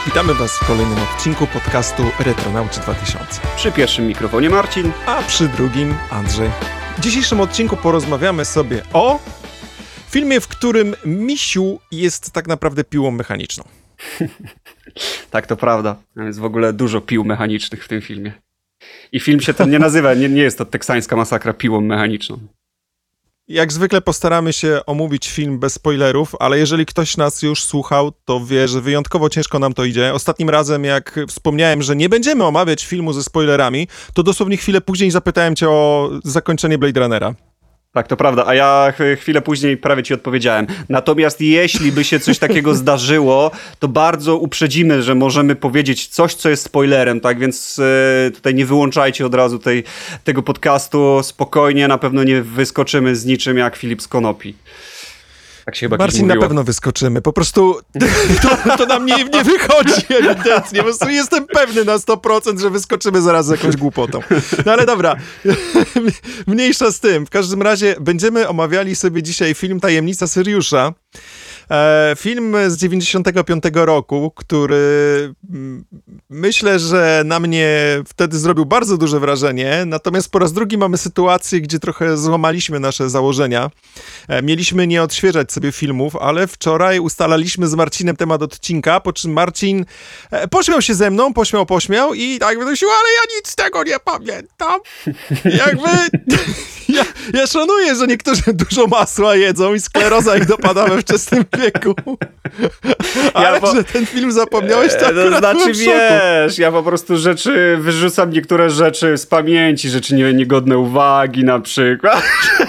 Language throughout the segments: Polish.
Witamy Was w kolejnym odcinku podcastu Retronauci 2000. Przy pierwszym mikrofonie Marcin, a przy drugim Andrzej. W dzisiejszym odcinku porozmawiamy sobie o filmie, w którym misiu jest tak naprawdę piłą mechaniczną. Tak, to prawda. Jest w ogóle dużo pił mechanicznych w tym filmie. I film się ten nie nazywa, nie jest to teksańska masakra piłą mechaniczną. Jak zwykle postaramy się omówić film bez spoilerów, ale jeżeli ktoś nas już słuchał, to wie, że wyjątkowo ciężko nam to idzie. Ostatnim razem, jak wspomniałem, że nie będziemy omawiać filmu ze spoilerami, to dosłownie chwilę później zapytałem cię o zakończenie Blade Runnera. Tak, to prawda, a ja chwilę później prawie ci odpowiedziałem. Natomiast jeśli by się coś takiego zdarzyło, to bardzo uprzedzimy, że możemy powiedzieć coś, co jest spoilerem, tak? Więc tutaj nie wyłączajcie od razu tego podcastu. Spokojnie, na pewno nie wyskoczymy z niczym jak Filip z Konopi. Tak się chyba Marcin, na pewno wyskoczymy. Po prostu to nam nie wychodzi ewidentnie. Po prostu jestem pewny na 100%, że wyskoczymy zaraz z jakąś głupotą. No ale dobra, mniejsza z tym. W każdym razie będziemy omawiali sobie dzisiaj film Tajemnica Syriusza. Film z 95 roku, który myślę, że na mnie wtedy zrobił bardzo duże wrażenie, natomiast po raz drugi mamy sytuację, gdzie trochę złamaliśmy nasze założenia. Mieliśmy nie odświeżać sobie filmów, ale wczoraj ustalaliśmy z Marcinem temat odcinka, po czym Marcin pośmiał się ze mną, pośmiał i tak wynosił, ale ja nic z tego nie pamiętam. Jakby... Ja szanuję, że niektórzy dużo masła jedzą i skleroza ich dopada we wczesnym wieku. Ale że ten film zapomniałeś, to akurat znaczy, wiesz, ja po prostu wyrzucam niektóre rzeczy z pamięci, rzeczy niegodne uwagi na przykład.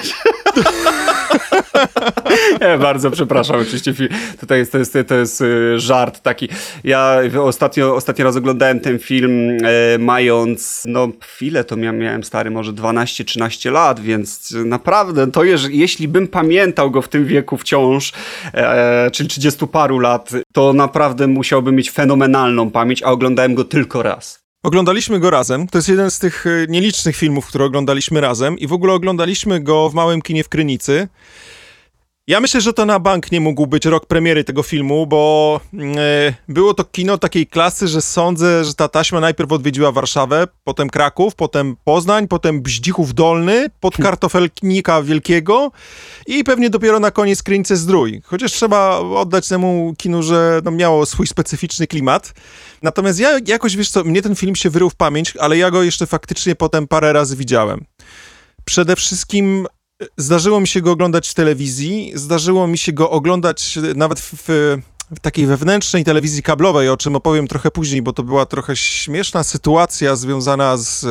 Ja bardzo przepraszam, oczywiście tutaj to jest żart taki. Ja ostatni raz oglądałem ten film mając, chwilę to miałem stary, może 12-13 lat, więc naprawdę to jeśli bym pamiętał go w tym wieku wciąż, czyli 30 paru lat, to naprawdę musiałbym mieć fenomenalną pamięć, a oglądałem go tylko raz. Oglądaliśmy go razem. To jest jeden z tych nielicznych filmów, które oglądaliśmy razem i w ogóle oglądaliśmy go w małym kinie w Krynicy. Ja myślę, że to na bank nie mógł być rok premiery tego filmu, bo było to kino takiej klasy, że sądzę, że ta taśma najpierw odwiedziła Warszawę, potem Kraków, potem Poznań, potem Bździchów Dolny, Podkartofelnika Wielkiego i pewnie dopiero na koniec Krynice-Zdrój. Chociaż trzeba oddać temu kinu, że miało swój specyficzny klimat. Natomiast ja jakoś, wiesz co, mnie ten film się wyrył w pamięć, ale ja go jeszcze faktycznie potem parę razy widziałem. Przede wszystkim zdarzyło mi się go oglądać w telewizji, zdarzyło mi się go oglądać nawet w takiej wewnętrznej telewizji kablowej, o czym opowiem trochę później, bo to była trochę śmieszna sytuacja związana z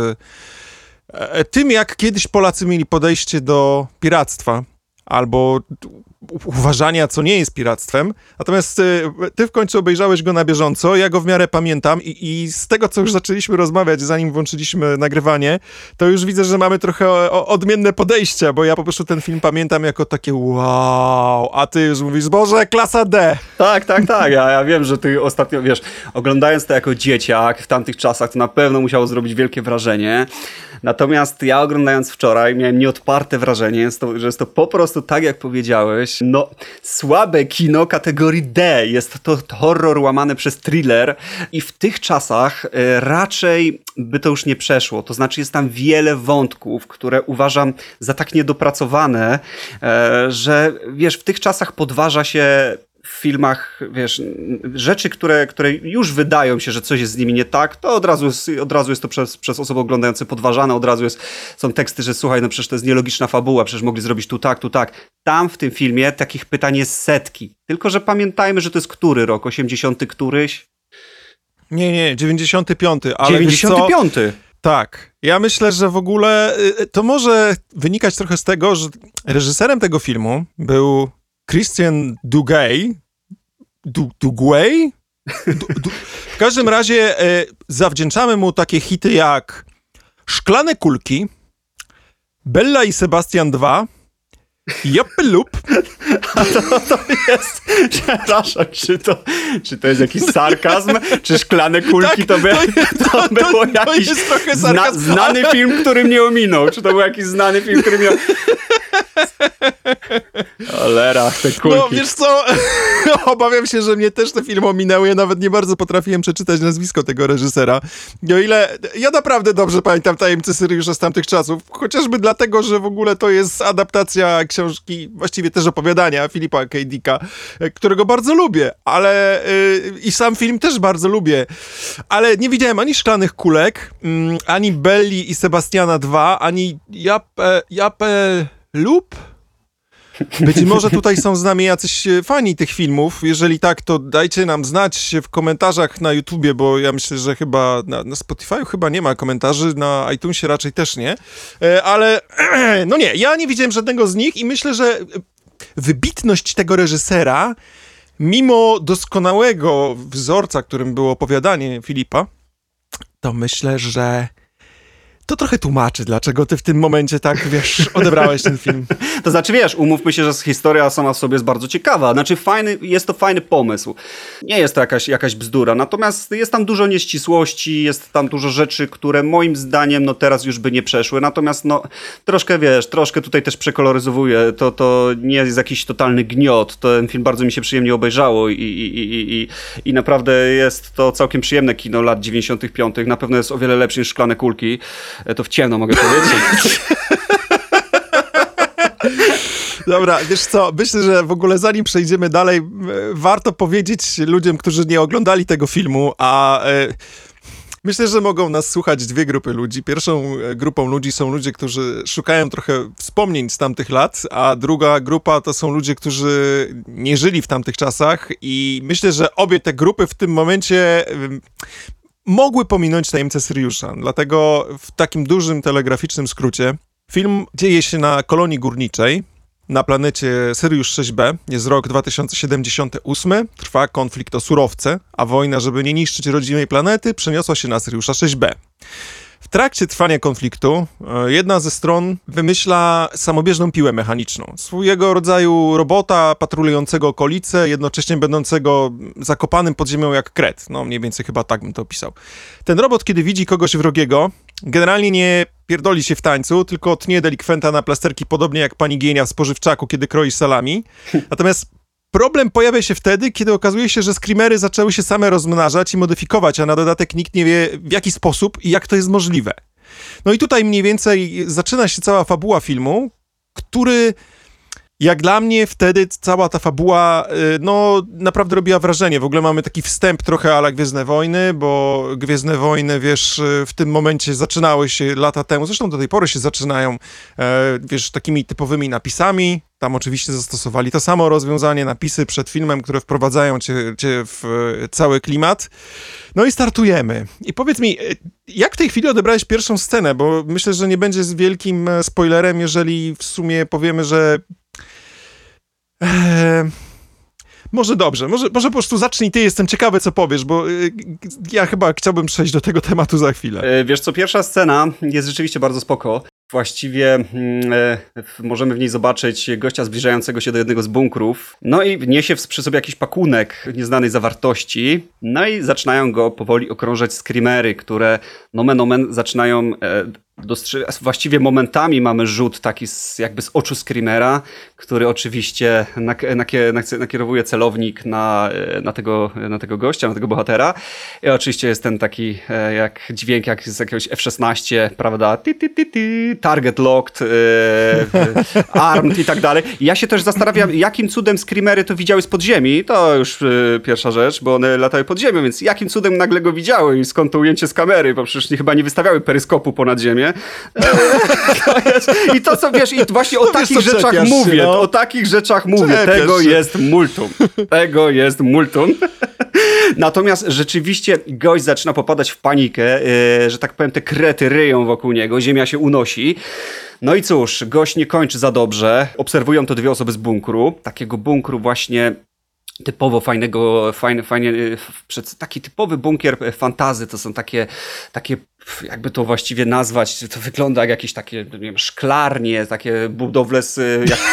tym, jak kiedyś Polacy mieli podejście do piractwa, albo uważania, co nie jest piractwem. Natomiast ty w końcu obejrzałeś go na bieżąco, ja go w miarę pamiętam i z tego, co już zaczęliśmy rozmawiać, zanim włączyliśmy nagrywanie, to już widzę, że mamy trochę odmienne podejścia, bo ja po prostu ten film pamiętam jako takie wow, a ty już mówisz, Boże, klasa D. Tak. Ja wiem, że ty ostatnio, wiesz, oglądając to jako dzieciak w tamtych czasach, to na pewno musiało zrobić wielkie wrażenie. Natomiast ja oglądając wczoraj miałem nieodparte wrażenie, że jest to po prostu tak, jak powiedziałeś, słabe kino kategorii D. Jest to horror łamany przez thriller i w tych czasach raczej by to już nie przeszło. To znaczy jest tam wiele wątków, które uważam za tak niedopracowane, że wiesz, w tych czasach podważa się w filmach, wiesz, rzeczy, które już wydają się, że coś jest z nimi nie tak, to od razu jest to przez osoby oglądające podważane, od razu są teksty, że słuchaj, przecież to jest nielogiczna fabuła, przecież mogli zrobić tu tak. Tam w tym filmie takich pytań jest setki. Tylko, że pamiętajmy, że to jest który rok? 80 któryś? Nie, 95. Ale 95? Tak. Ja myślę, że w ogóle to może wynikać trochę z tego, że reżyserem tego filmu był Christian Duguay. W każdym razie zawdzięczamy mu takie hity jak Szklane kulki, Bella i Sebastian 2, Joppelup. A to jest, przepraszam, czy to jest jakiś sarkazm? Czy Szklane kulki tak, to było jakiś znany film, który mnie ominął? Czy to był jakiś znany film, który mnie... Cholera, te kulki. No wiesz co, obawiam się, że mnie też te filmy ominęły. Ja nawet nie bardzo potrafiłem przeczytać nazwisko tego reżysera. O ile ja naprawdę dobrze pamiętam Tajemnice Syriusza z tamtych czasów, chociażby dlatego, że w ogóle to jest adaptacja książki, właściwie też opowiadania Philipa K. Dicka, którego bardzo lubię, ale i sam film też bardzo lubię, ale nie widziałem ani Szklanych Kulek, ani Belli i Sebastiana 2, ani Jape lub... Być może tutaj są z nami jacyś fani tych filmów. Jeżeli tak, to dajcie nam znać w komentarzach na YouTubie, bo ja myślę, że chyba na Spotify'u chyba nie ma komentarzy, na iTunesie raczej też nie. Ale no nie, ja nie widziałem żadnego z nich i myślę, że wybitność tego reżysera, mimo doskonałego wzorca, którym było opowiadanie Filipa, to myślę, że to trochę tłumaczy, dlaczego ty w tym momencie tak, wiesz, odebrałeś ten film. To znaczy, wiesz, umówmy się, że historia sama w sobie jest bardzo ciekawa. Znaczy, jest to fajny pomysł. Nie jest to jakaś bzdura. Natomiast jest tam dużo nieścisłości, jest tam dużo rzeczy, które moim zdaniem, no teraz już by nie przeszły. Natomiast, no, troszkę, wiesz, troszkę tutaj też przekoloryzowuję. To nie jest jakiś totalny gniot. Ten film bardzo mi się przyjemnie obejrzało i naprawdę jest to całkiem przyjemne kino lat 95. Na pewno jest o wiele lepsze niż Szklane Kulki. To w ciemno mogę powiedzieć. Dobra, wiesz co, myślę, że w ogóle zanim przejdziemy dalej, warto powiedzieć ludziom, którzy nie oglądali tego filmu, myślę, że mogą nas słuchać dwie grupy ludzi. Pierwszą grupą ludzi są ludzie, którzy szukają trochę wspomnień z tamtych lat, a druga grupa to są ludzie, którzy nie żyli w tamtych czasach i myślę, że obie te grupy w tym momencie mogły pominąć Tajemnicę Syriusza. Dlatego w takim dużym telegraficznym skrócie film dzieje się na kolonii górniczej, na planecie Syriusz 6b. Jest rok 2078, trwa konflikt o surowce, a wojna, żeby nie niszczyć rodzimej planety, przeniosła się na Syriusza 6b. W trakcie trwania konfliktu jedna ze stron wymyśla samobieżną piłę mechaniczną. Swojego rodzaju robota patrolującego okolice, jednocześnie będącego zakopanym pod ziemią jak kret. No mniej więcej chyba tak bym to opisał. Ten robot, kiedy widzi kogoś wrogiego, generalnie nie pierdoli się w tańcu, tylko tnie delikwenta na plasterki, podobnie jak pani Gienia w spożywczaku, kiedy kroi salami. Natomiast problem pojawia się wtedy, kiedy okazuje się, że screamery zaczęły się same rozmnażać i modyfikować, a na dodatek nikt nie wie w jaki sposób i jak to jest możliwe. No i tutaj mniej więcej zaczyna się cała fabuła filmu, który jak dla mnie wtedy cała ta fabuła, no naprawdę robiła wrażenie. W ogóle mamy taki wstęp trochę a la Gwiezdne Wojny, bo Gwiezdne Wojny, wiesz, w tym momencie zaczynały się lata temu, zresztą do tej pory się zaczynają, wiesz, takimi typowymi napisami. Tam oczywiście zastosowali to samo rozwiązanie, napisy przed filmem, które wprowadzają cię w cały klimat. No i startujemy. I powiedz mi, jak w tej chwili odebrałeś pierwszą scenę? Bo myślę, że nie będzie z wielkim spoilerem, jeżeli w sumie powiemy, że może dobrze, może po prostu zacznij ty, jestem ciekawy, co powiesz, bo ja chyba chciałbym przejść do tego tematu za chwilę. Wiesz co, pierwsza scena jest rzeczywiście bardzo spoko. Właściwie możemy w niej zobaczyć gościa zbliżającego się do jednego z bunkrów. No i niesie przy sobie jakiś pakunek nieznanej zawartości. No i zaczynają go powoli okrążać screamery, które nomen omen zaczynają właściwie momentami mamy rzut taki jakby z oczu screamera, który oczywiście nakierowuje celownik na tego gościa, na tego bohatera. I oczywiście jest ten taki jak dźwięk jak z jakiegoś F-16, prawda? Target locked, armed i tak dalej. I ja się też zastanawiam, jakim cudem screamery to widziały z podziemi. To już pierwsza rzecz, bo one latały pod ziemią, więc jakim cudem nagle go widziały i skąd to ujęcie z kamery, bo przecież chyba nie wystawiały peryskopu ponad ziemię. I to co wiesz, i właśnie o takich rzeczach mówię. O takich rzeczach mówię. Tego jest multum. Tego jest multum. Natomiast rzeczywiście gość zaczyna popadać w panikę, że tak powiem, te krety ryją wokół niego, ziemia się unosi. No i cóż, gość nie kończy za dobrze. Obserwują to dwie osoby z bunkru. Takiego bunkru właśnie typowo taki typowy bunkier fantasy, to są takie jakby to właściwie nazwać, to wygląda jak jakieś takie, nie wiem, szklarnie, takie budowle z, jak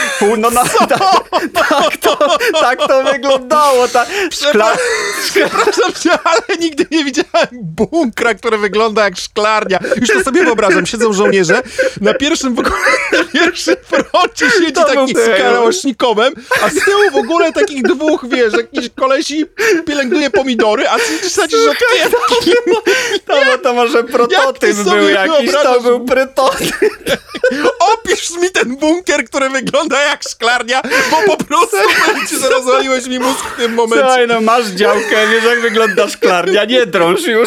tak to wyglądało. Przepraszam cię, ale nigdy nie widziałem bunkra, który wygląda jak szklarnia. Już to sobie wyobrażam, siedzą żołnierze, na pierwszym froncie siedzi taki z kalaśnikowem, a z tyłu w ogóle takich dwóch, wiesz, jakiś kolesi pielęgnuje pomidory, a ty sadzisz rzodkiewki. To może prototyp był jakiś, to był prototyp. Opisz mi ten bunkier, który wygląda jak szklarnia, bo po prostu rozwaliłeś mi mózg w tym momencie. Słuchaj, no masz działkę, wiesz jak wygląda szklarnia, nie drąż już.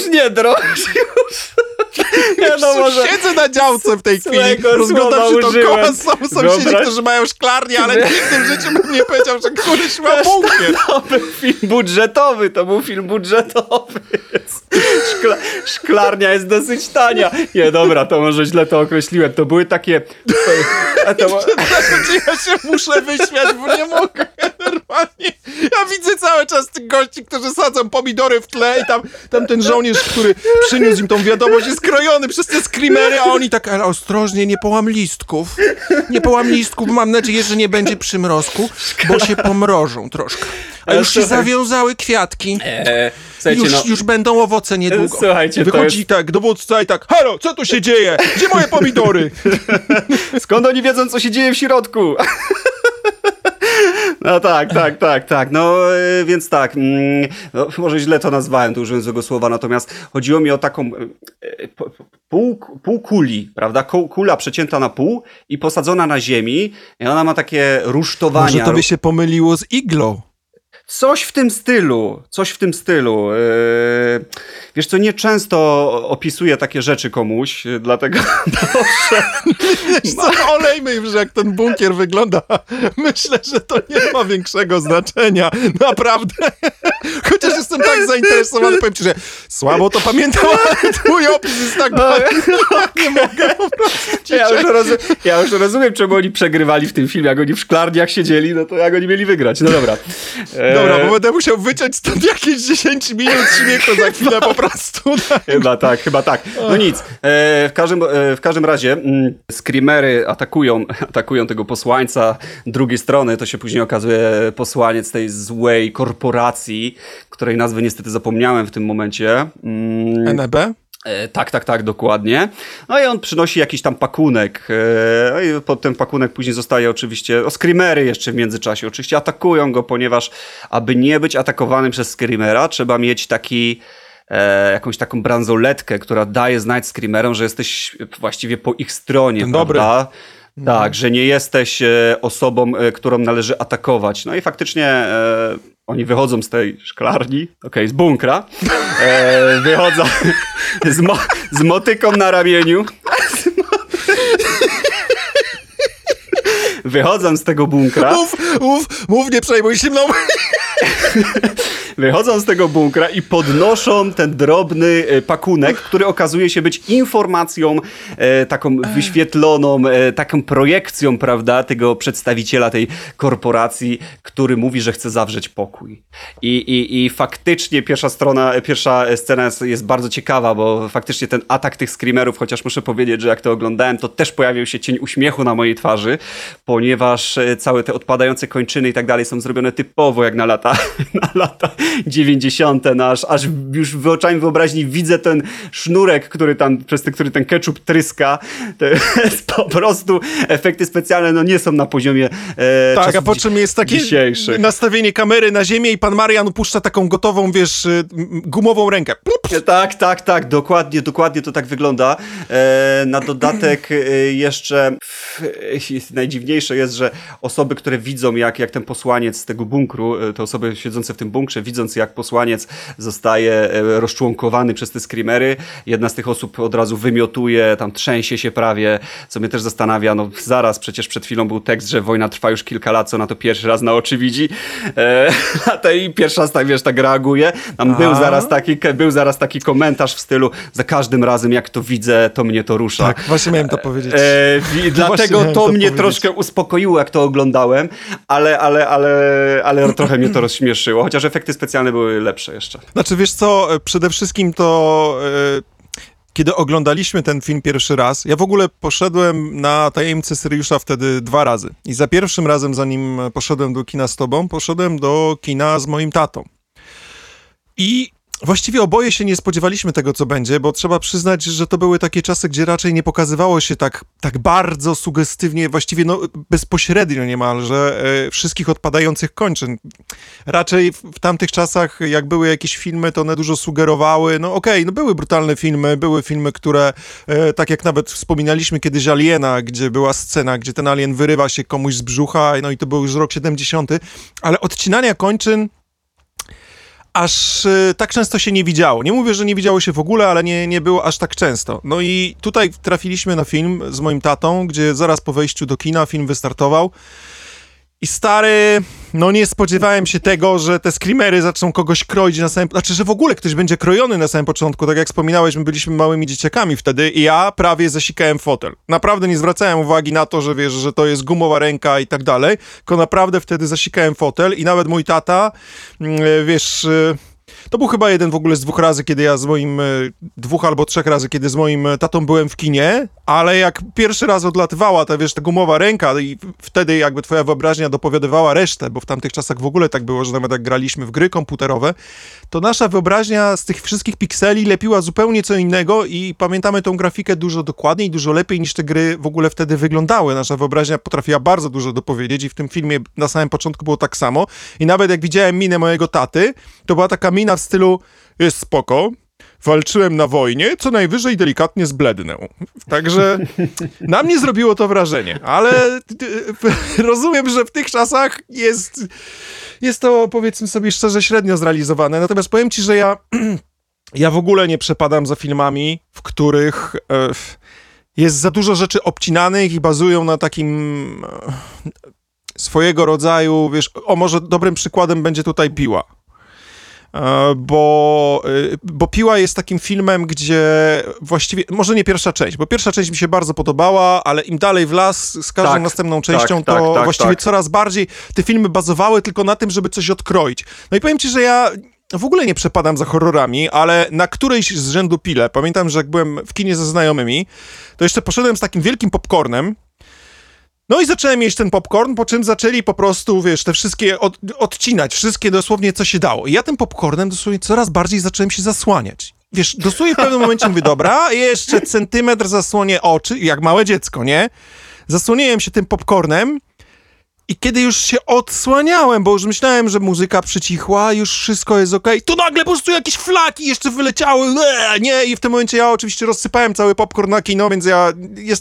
Siedzę na działce w tej chwili, rozglądam się dookoła, są sąsiedzi, którzy mają szklarnię, ale nigdy w życiu bym nie powiedział, że któryś ma bunkier. To był film budżetowy. Szklarnia jest dosyć tania. Nie, dobra, to może źle to określiłem. To były takie... Przepraszam, ja się muszę wyśmiać, bo nie mogę normalnie. Ja widzę cały czas tych gości, którzy sadzą pomidory w tle i tam ten żołnierz, który przyniósł im tą wiadomość, jest krojony przez te screamery, a oni tak, ale ostrożnie, nie połam listków. Nie połam listków, mam nadzieję, że nie będzie przymrozku, bo się pomrożą troszkę. A już się zawiązały kwiatki. Już będą owoce niedługo. Słuchajcie, wychodzi tak dowódca i tak, halo, co tu się dzieje? Gdzie moje pomidory? Skąd oni wiedzą, co się dzieje w środku? No tak. No więc tak, no, może źle to nazwałem, to użyłem złego słowa, natomiast chodziło mi o taką pół kuli, prawda? Kula przecięta na pół i posadzona na ziemi i ona ma takie rusztowania. Może to by się pomyliło z iglą. Coś w tym stylu. Wiesz co, nieczęsto opisuję takie rzeczy komuś, dlatego proszę. Wiesz co, olejmy już, jak ten bunkier wygląda. Myślę, że to nie ma większego znaczenia. Naprawdę. Chociaż jestem tak zainteresowany, powiem ci, że słabo to pamiętam, ale twój opis jest tak... Nie mogę po prostu. Ja już rozumiem, czemu oni przegrywali w tym filmie. Jak oni w szklarniach siedzieli, no to jak oni mieli wygrać. No dobra. Dobra, bo będę musiał wyciąć stąd jakieś 10 minut śmiechu za chwilę po prostu. Chyba tak. No nic. W każdym razie screamery atakują tego posłańca drugiej strony. To się później okazuje posłaniec tej złej korporacji, której nazwy niestety zapomniałem w tym momencie. NEB? Tak, dokładnie. No i on przynosi jakiś tam pakunek. No i pod ten pakunek później zostaje oczywiście... screamery jeszcze w międzyczasie oczywiście atakują go, ponieważ aby nie być atakowanym przez screamera, trzeba mieć jakąś taką bransoletkę, która daje znać screamerom, że jesteś właściwie po ich stronie, ten prawda? Dobry. Tak, że nie jesteś osobą, którą należy atakować. No i faktycznie oni wychodzą z tej szklarni, z bunkra, wychodzą z motyką na ramieniu. Wychodzą z tego bunkra. Mów, nie przejmuj się mną. Wychodzą z tego bunkra i podnoszą ten drobny pakunek, który okazuje się być informacją taką wyświetloną, taką projekcją, prawda, tego przedstawiciela tej korporacji, który mówi, że chce zawrzeć pokój. I faktycznie pierwsza scena jest bardzo ciekawa, bo faktycznie ten atak tych screamerów, chociaż muszę powiedzieć, że jak to oglądałem, to też pojawił się cień uśmiechu na mojej twarzy, ponieważ całe te odpadające kończyny i tak dalej są zrobione typowo jak na lata 90. Aż już oczami wyobraźni widzę ten sznurek, przez który ten ketchup tryska. To jest po prostu efekty specjalne nie są na poziomie tak, a po czym jest takie dzisiejszych. Nastawienie kamery na ziemię i pan Marian puszcza taką gotową, wiesz, gumową rękę. Tak, dokładnie to tak wygląda. Na dodatek jeszcze najdziwniejsze jest, że osoby, które widzą jak ten posłaniec z tego bunkru, te osoby siedzące w tym bunkrze, widząc jak posłaniec zostaje rozczłonkowany przez te screamery, jedna z tych osób od razu wymiotuje, tam trzęsie się prawie, co mnie też zastanawia, zaraz przecież przed chwilą był tekst, że wojna trwa już kilka lat, co na to pierwszy raz na oczy widzi, a tej pierwszy raz tak reaguje. Tam był zaraz taki komentarz w stylu, za każdym razem jak to widzę, to mnie to rusza. Tak, właśnie miałem to powiedzieć. Dlatego to mnie troszkę uspokoiło, jak to oglądałem, ale trochę mnie to rozśmieszyło, chociaż efekty specjalne były lepsze jeszcze. Znaczy, wiesz co, przede wszystkim to kiedy oglądaliśmy ten film pierwszy raz, ja w ogóle poszedłem na Tajemnice Syriusza wtedy 2 razy. I za pierwszym razem, zanim poszedłem do kina z tobą, poszedłem do kina z moim tatą. I właściwie oboje się nie spodziewaliśmy tego, co będzie, bo trzeba przyznać, że to były takie czasy, gdzie raczej nie pokazywało się tak bardzo sugestywnie, właściwie bezpośrednio niemalże, wszystkich odpadających kończyn. Raczej w tamtych czasach, jak były jakieś filmy, to one dużo sugerowały, były brutalne filmy, były filmy, które, tak jak nawet wspominaliśmy kiedyś Aliena, gdzie była scena, gdzie ten alien wyrywa się komuś z brzucha, no i to był już rok 70., ale odcinania kończyn aż tak często się nie widziało. Nie mówię, że nie widziało się w ogóle, ale nie było aż tak często. No i tutaj trafiliśmy na film z moim tatą, gdzie zaraz po wejściu do kina film wystartował. I stary, nie spodziewałem się tego, że te screamery zaczną kogoś kroić na samym... Znaczy, że w ogóle ktoś będzie krojony na samym początku. Tak jak wspominałeś, my byliśmy małymi dzieciakami wtedy i ja prawie zasikałem fotel. Naprawdę nie zwracałem uwagi na to, że wiesz, że to jest gumowa ręka i tak dalej, tylko naprawdę wtedy zasikałem fotel i nawet mój tata, wiesz... To był chyba jeden w ogóle z 2 razy, kiedy ja z moim... 2 albo 3 razy, kiedy z moim tatą byłem w kinie, ale jak pierwszy raz odlatywała ta gumowa ręka i wtedy jakby twoja wyobraźnia dopowiadywała resztę, bo w tamtych czasach w ogóle tak było, że nawet jak graliśmy w gry komputerowe, to nasza wyobraźnia z tych wszystkich pikseli lepiła zupełnie co innego i pamiętamy tą grafikę dużo dokładniej, dużo lepiej niż te gry w ogóle wtedy wyglądały. Nasza wyobraźnia potrafiła bardzo dużo dopowiedzieć i w tym filmie na samym początku było tak samo. I nawet jak widziałem minę mojego taty, to była taka mina w stylu jest spoko, walczyłem na wojnie, co najwyżej delikatnie zblednę. Także na mnie zrobiło to wrażenie, ale rozumiem, że w tych czasach jest to, powiedzmy sobie szczerze, średnio zrealizowane. Natomiast powiem ci, że ja w ogóle nie przepadam za filmami, w których jest za dużo rzeczy obcinanych i bazują na takim swojego rodzaju, wiesz, może dobrym przykładem będzie tutaj Piła. Bo Piła jest takim filmem, gdzie właściwie, może nie pierwsza część, bo pierwsza część mi się bardzo podobała, ale im dalej w las z każdą następną częścią, to właściwie coraz bardziej te filmy bazowały tylko na tym, żeby coś odkroić. No i powiem ci, że ja w ogóle nie przepadam za horrorami, ale na którejś z rzędu Pile, pamiętam, że jak byłem w kinie ze znajomymi, to jeszcze poszedłem z takim wielkim popcornem. No i zacząłem jeść ten popcorn, po czym zaczęli po prostu, wiesz, te wszystkie odcinać, wszystkie dosłownie, co się dało. I ja tym popcornem dosłownie coraz bardziej zacząłem się zasłaniać. Wiesz, dosłownie w pewnym momencie mówię, dobra, jeszcze centymetr zasłonię oczy, jak małe dziecko, nie? Zasłoniłem się tym popcornem i kiedy już się odsłaniałem, bo już myślałem, że muzyka przycichła, już wszystko jest okej, to nagle po prostu jakieś flaki jeszcze wyleciały, nie? I w tym momencie ja oczywiście rozsypałem cały popcorn na kino, więc ja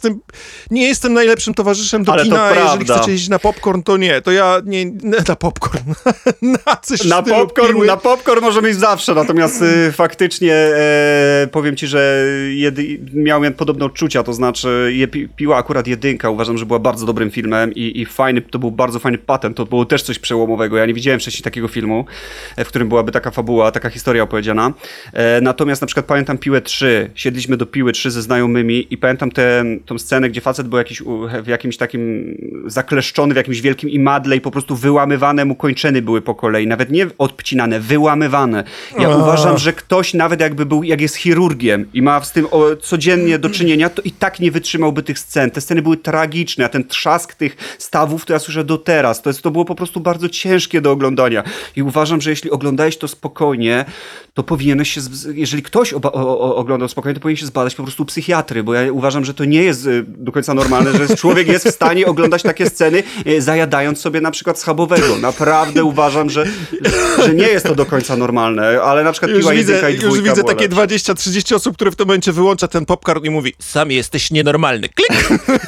nie jestem najlepszym towarzyszem do kina, a jeżeli chcecie iść na popcorn, to nie, to ja nie na popcorn, na coś na popcorn możemy iść zawsze, natomiast faktycznie powiem ci, że miałem podobne odczucia, to znaczy Piła akurat 1, uważam, że była bardzo dobrym filmem i fajny, to był bardzo fajny patent, to było też coś przełomowego. Ja nie widziałem wcześniej takiego filmu, w którym byłaby taka fabuła, taka historia opowiedziana. Natomiast na przykład pamiętam Piłę 3. Siedliśmy do Piły 3 ze znajomymi i pamiętam tą scenę, gdzie facet był w jakimś takim zakleszczony w jakimś wielkim imadle i po prostu wyłamywane mu kończyny były po kolei. Nawet nie odcinane, wyłamywane. Ja uważam, że ktoś nawet jak jest chirurgiem i ma z tym codziennie do czynienia, to i tak nie wytrzymałby tych scen. Te sceny były tragiczne, a ten trzask tych stawów, to ja słyszę do teraz. To było po prostu bardzo ciężkie do oglądania. I uważam, że jeśli oglądałeś to spokojnie, to powinieneś się, jeżeli ktoś oglądał spokojnie, to powinien się zbadać po prostu u psychiatry, bo ja uważam, że to nie jest do końca normalne, że człowiek jest w stanie oglądać takie sceny, zajadając sobie na przykład schabowego. Naprawdę uważam, że nie jest to do końca normalne, ale na przykład Piła 1 i 2 już widzę takie 20-30 osób, które w tym momencie wyłącza ten popcorn i mówi, sam jesteś nienormalny. Klik!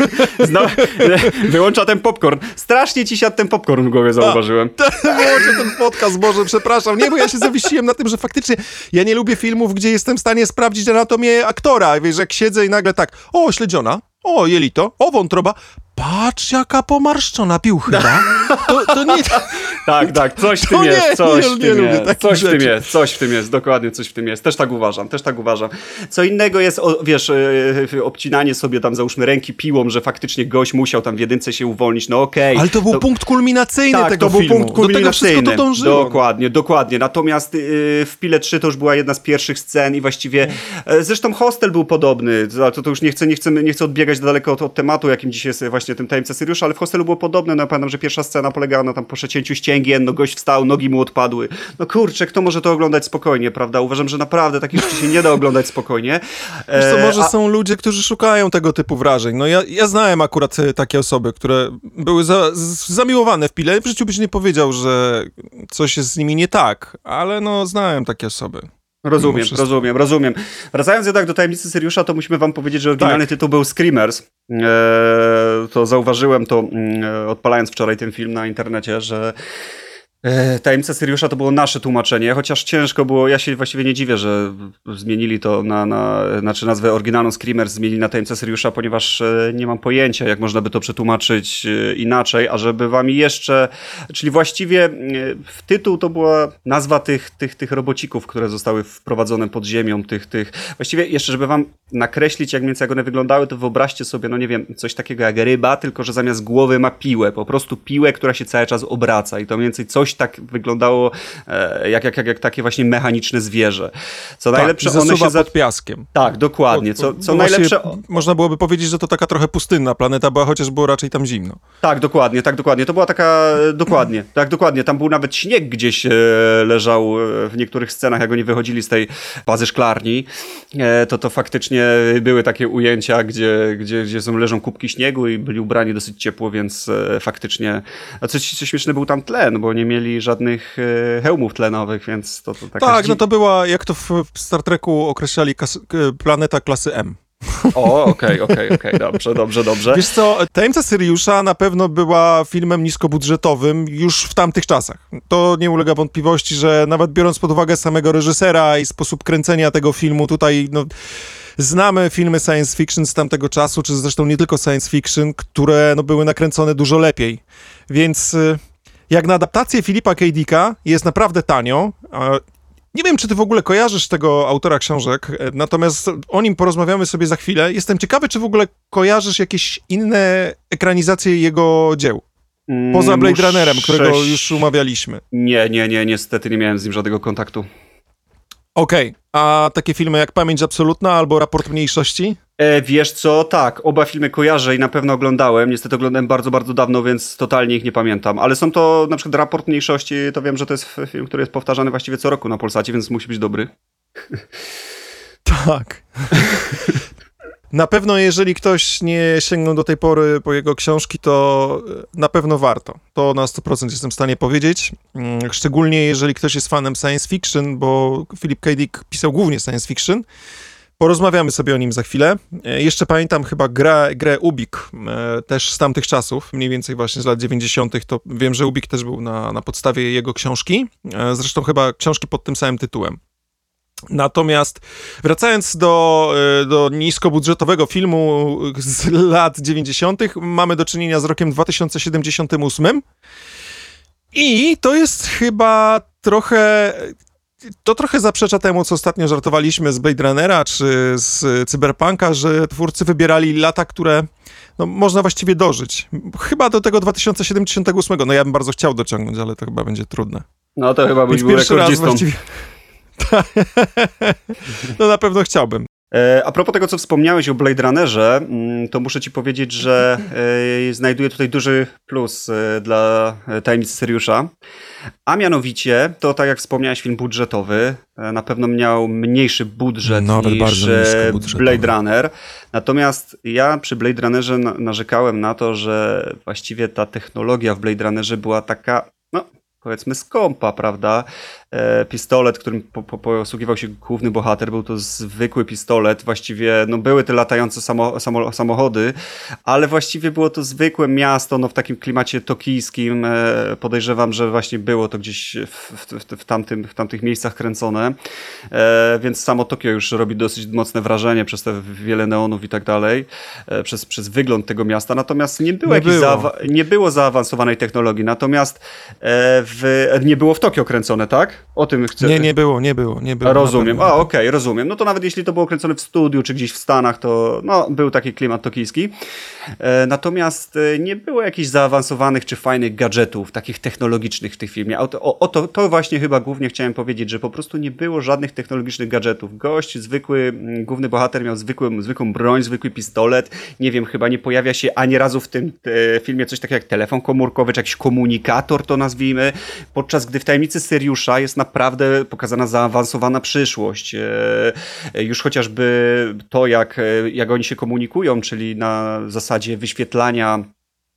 Wyłącza ten popcorn. Strasznie ci siadł ten popcorn w głowie, zauważyłem. Wyłączę ten podcast, Boże, przepraszam. Nie, bo ja się zawiesiłem na tym, że faktycznie ja nie lubię filmów, gdzie jestem w stanie sprawdzić anatomię aktora. Wiesz, jak siedzę i nagle tak, o, śledziona, o, jelito, o, wątroba, Patrz, jaka pomarszczona pił chyba. To nie... Tak, coś w To tym jest, nie, coś nie w tym lubię jest, takich coś w tym rzeczy. jest, coś w tym jest, dokładnie coś w tym jest. Też tak uważam. Co innego jest, wiesz, obcinanie sobie tam, załóżmy, ręki piłą, że faktycznie gość musiał tam w jedynce się uwolnić, no okej. Ale to był punkt kulminacyjny Tak, tego to był filmu. punkt kulminacyjny. Do tego wszystko to dążyło. Dokładnie. Natomiast w Pile 3 to już była jedna z pierwszych scen i właściwie, zresztą Hostel był podobny, to już nie chcę odbiegać daleko od tematu, jakim dzisiaj jest właśnie tym Tajemnica Syriusza, ale w Hostelu było podobne, no ja pamiętam, że pierwsza scena polegała na tam przecięciu ścięgien, no gość wstał, nogi mu odpadły. No kurczę, kto może to oglądać spokojnie, prawda? Uważam, że naprawdę takich rzeczy się nie da oglądać spokojnie. Wiesz co, może są ludzie, którzy szukają tego typu wrażeń. No ja znałem akurat takie osoby, które były zamiłowane w Pile. W życiu byś nie powiedział, że coś jest z nimi nie tak, ale no znałem takie osoby. Rozumiem. Wracając jednak do Tajemnicy Syriusza, to musimy wam powiedzieć, że oryginalny tytuł był Screamers. To zauważyłem to odpalając wczoraj ten film na internecie, że Tajemnica Syriusza to było nasze tłumaczenie, chociaż ciężko było, ja się właściwie nie dziwię, że zmienili to znaczy nazwę oryginalną Screamers zmienili na Tajemnicę Syriusza, ponieważ nie mam pojęcia, jak można by to przetłumaczyć inaczej, a żeby wam jeszcze, czyli właściwie w tytuł to była nazwa tych robocików, które zostały wprowadzone pod ziemią, właściwie jeszcze, żeby wam nakreślić, jak mniej więcej jak one wyglądały, to wyobraźcie sobie, no nie wiem, coś takiego jak ryba, tylko że zamiast głowy ma piłę, po prostu piłę, która się cały czas obraca i to mniej więcej coś tak wyglądało jak takie właśnie mechaniczne zwierzę. Co najlepsze, one się pod piaskiem. Tak, dokładnie. Co najlepsze... Można byłoby powiedzieć, że to taka trochę pustynna planeta była, chociaż było raczej tam zimno. Tak, dokładnie. To była taka... Dokładnie. Tam był nawet śnieg gdzieś leżał w niektórych scenach, jak oni wychodzili z tej bazy szklarni. To faktycznie były takie ujęcia, gdzie leżą kubki śniegu i byli ubrani dosyć ciepło, więc faktycznie... A co śmieszne, był tam tlen, bo nie mieli żadnych hełmów tlenowych, więc to taka... Tak, no to była, jak to w Star Treku określali, planeta klasy M. O, okej, dobrze. Wiesz co, Tajemnica Syriusza na pewno była filmem niskobudżetowym już w tamtych czasach. To nie ulega wątpliwości, że nawet biorąc pod uwagę samego reżysera i sposób kręcenia tego filmu, tutaj no, znamy filmy science fiction z tamtego czasu, czy zresztą nie tylko science fiction, które no, były nakręcone dużo lepiej. Więc jak na adaptację Philippa K. Dicka jest naprawdę tanio. Nie wiem, czy ty w ogóle kojarzysz tego autora książek, natomiast o nim porozmawiamy sobie za chwilę. Jestem ciekawy, czy w ogóle kojarzysz jakieś inne ekranizacje jego dzieł? Poza Blade Runnerem, którego już umawialiśmy. Nie, niestety nie miałem z nim żadnego kontaktu. Okej, a takie filmy jak Pamięć Absolutna albo Raport Mniejszości? Wiesz co, tak, oba filmy kojarzę i na pewno oglądałem. Niestety oglądałem bardzo, bardzo dawno, więc totalnie ich nie pamiętam. Ale są to, na przykład Raport Mniejszości, to wiem, że to jest film, który jest powtarzany właściwie co roku na Polsacie, więc musi być dobry. Tak. Na pewno, jeżeli ktoś nie sięgnął do tej pory po jego książki, to na pewno warto. To na 100% jestem w stanie powiedzieć. Szczególnie jeżeli ktoś jest fanem science fiction, bo Philip K. Dick pisał głównie science fiction. Porozmawiamy sobie o nim za chwilę. Jeszcze pamiętam chyba grę Ubik, też z tamtych czasów, mniej więcej właśnie z lat 90. To wiem, że Ubik też był na podstawie jego książki. Zresztą chyba książki pod tym samym tytułem. Natomiast wracając do niskobudżetowego filmu z lat 90., mamy do czynienia z rokiem 2078 i to jest chyba trochę zaprzecza temu, co ostatnio żartowaliśmy z Blade Runnera czy z Cyberpunka, że twórcy wybierali lata, które no, można właściwie dożyć. Chyba do tego 2078. No ja bym bardzo chciał dociągnąć, ale to chyba będzie trudne. No to chyba byś był pierwszy raz rekordzistą. właściwie... No na pewno chciałbym. A propos tego, co wspomniałeś o Blade Runnerze, to muszę ci powiedzieć, że znajduję tutaj duży plus dla Tajemnicy Syriusza. A mianowicie, to tak jak wspomniałeś, film budżetowy, na pewno miał mniejszy budżet niż Blade Runner. Natomiast ja przy Blade Runnerze narzekałem na to, że właściwie ta technologia w Blade Runnerze była taka, no powiedzmy skąpa, prawda? pistolet, którym posługiwał się główny bohater. Był to zwykły pistolet. Właściwie no, były te latające samochody, ale właściwie było to zwykłe miasto, no, w takim klimacie tokijskim. Podejrzewam, że właśnie było to gdzieś w tamtych miejscach kręcone. Więc samo Tokio już robi dosyć mocne wrażenie przez te wiele neonów i tak dalej, przez wygląd tego miasta. Natomiast nie było zaawansowanej technologii. Natomiast nie było w Tokio kręcone, tak? O tym chcę. Nie było. Rozumiem. Okej, rozumiem. No to nawet jeśli to było kręcone w studiu, czy gdzieś w Stanach, to no, był taki klimat tokijski. Natomiast nie było jakichś zaawansowanych czy fajnych gadżetów, takich technologicznych w tym filmie. To właśnie chyba głównie chciałem powiedzieć, że po prostu nie było żadnych technologicznych gadżetów. Gość, główny bohater miał zwykłą broń, zwykły pistolet. Nie wiem, chyba nie pojawia się ani razu w tym filmie coś takiego jak telefon komórkowy, czy jakiś komunikator, to nazwijmy. Podczas gdy w Tajemnicy Syriusza jest naprawdę pokazana zaawansowana przyszłość. Już chociażby to, jak oni się komunikują, czyli na zasadzie wyświetlania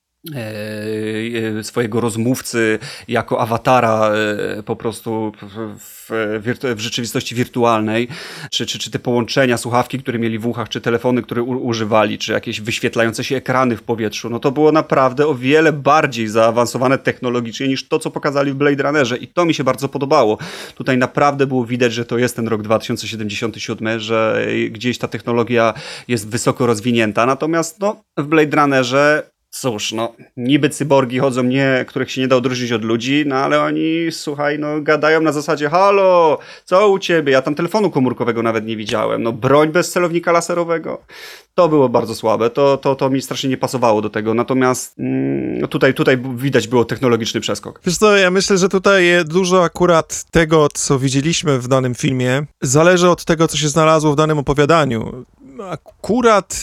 swojego rozmówcy jako awatara po prostu w rzeczywistości wirtualnej, czy te połączenia, słuchawki, które mieli w uchach, czy telefony, które używali, czy jakieś wyświetlające się ekrany w powietrzu, no to było naprawdę o wiele bardziej zaawansowane technologicznie niż to, co pokazali w Blade Runnerze i to mi się bardzo podobało. Tutaj naprawdę było widać, że to jest ten rok 2077, że gdzieś ta technologia jest wysoko rozwinięta, natomiast no, w Blade Runnerze cóż, no, niby cyborgi chodzą, których się nie da odróżnić od ludzi, no ale oni, słuchaj, no gadają na zasadzie halo, co u ciebie? Ja tam telefonu komórkowego nawet nie widziałem. No broń bez celownika laserowego. To było bardzo słabe, to mi strasznie nie pasowało do tego, natomiast tutaj widać było technologiczny przeskok. Wiesz co, ja myślę, że tutaj dużo akurat tego, co widzieliśmy w danym filmie, zależy od tego, co się znalazło w danym opowiadaniu. Akurat